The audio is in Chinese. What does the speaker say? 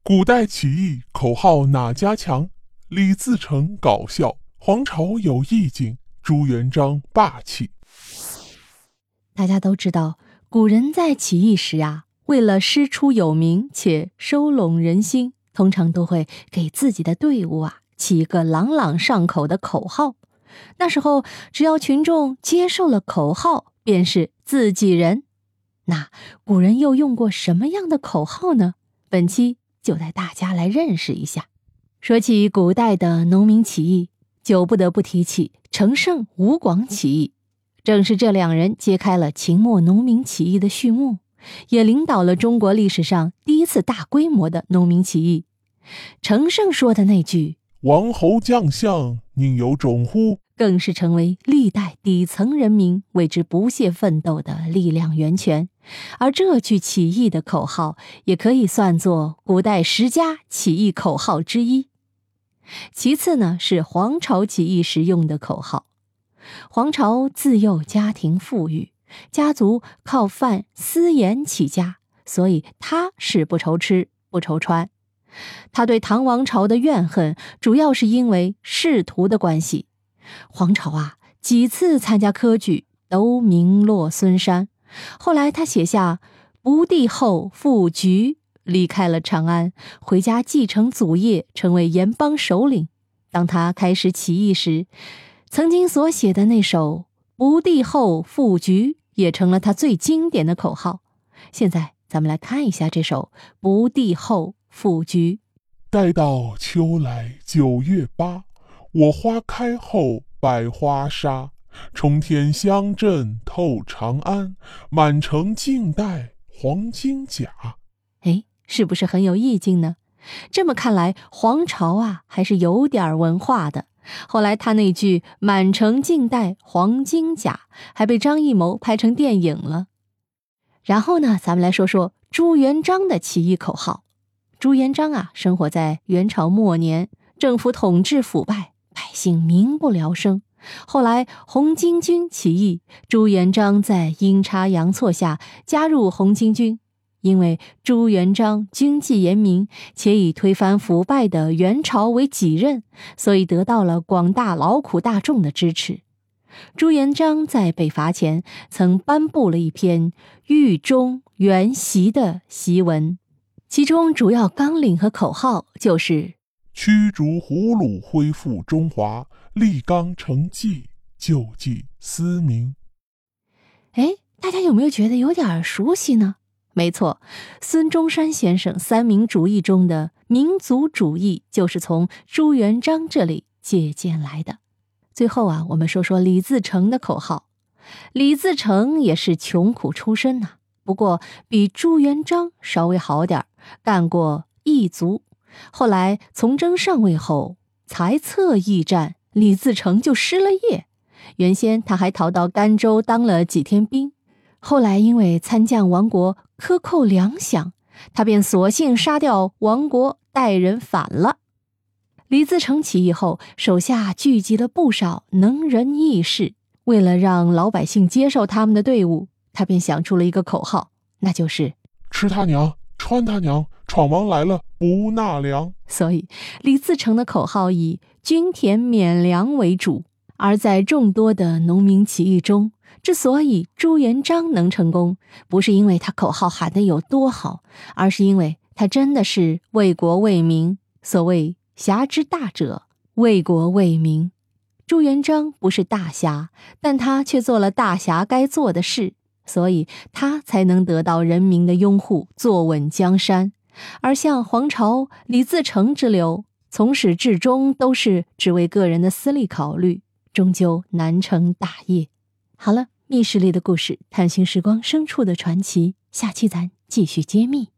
古代起义口号哪家强？李自成搞笑，黄巢有意境，朱元璋霸气。 大家都知道，古人在起义时为了师出有名且收拢人心，通常都会给自己的队伍起一个朗朗上口的口号。那时候只要群众接受了口号，便是自己人。那古人又用过什么样的口号呢？本期就带大家来认识一下。说起古代的农民起义，就不得不提起陈胜、吴广起义。正是这两人揭开了秦末农民起义的序幕，也领导了中国历史上第一次大规模的农民起义。陈胜说的那句王侯将相宁有种乎， 更是成为历代底层人民为之不懈奋斗的力量源泉。而这句起义的口号也可以算作古代10佳起义口号之一。其次呢，是黄巢起义时用的口号。黄巢自幼家庭富裕，家族靠贩私盐起家，所以他是不愁吃不愁穿。他对唐王朝的怨恨主要是因为仕途的关系。黄巢几次参加科举都名落孙山，后来他写下不第后赴局，离开了长安，回家继承祖业，成为盐帮首领。当他开始起义时，曾经所写的那首不第后赴局也成了他最经典的口号。现在咱们来看一下这首不第后赴局。 待到秋来9月8，我花开后百花杀，冲天香阵透长安，满城尽带黄金甲。 是不是很有意境呢？这么看来，黄巢还是有点文化的。后来他那句满城尽带黄金甲还被张艺谋拍成电影了。然后呢，咱们来说说朱元璋的起义口号。朱元璋生活在元朝末年，政府统治腐败，百姓民不聊生。后来红巾军起义，朱元璋在阴差阳错下加入红巾军。因为朱元璋军纪严明，且以推翻腐败的元朝为己任，所以得到了广大劳苦大众的支持。朱元璋在被罚前曾颁布了一篇狱中元檄的檄文，其中主要纲领和口号就是驱逐胡虏，恢复中华，立纲成纪，救济思民。 大家有没有觉得有点熟悉呢？没错，孙中山先生三民主义中的民族主义就是从朱元璋这里借鉴来的。最后我们说说李自成的口号。李自成也是穷苦出身不过比朱元璋稍微好点，干过义卒。后来从征上位后，裁撤驿站，李自成就失了业。原先他还逃到甘州当了几天兵，后来因为参将王国克扣粮饷，他便索性杀掉王国，带人反了。李自成起义后，手下聚集了不少能人义士，为了让老百姓接受他们的队伍，他便想出了一个口号，那就是吃他娘，穿他娘，闯王来了不纳粮。 所以李自成的口号以均田免粮为主。而在众多的农民起义中，之所以朱元璋能成功，不是因为他口号喊得有多好，而是因为他真的是为国为民。所谓侠之大者，为国为民。朱元璋不是大侠，但他却做了大侠该做的事，所以他才能得到人民的拥护，坐稳江山。而像黄巢、李自成之流，从始至终都是只为个人的私利考虑，终究难成大业。好了，密室里的故事，探寻时光深处的传奇，下期咱继续揭秘。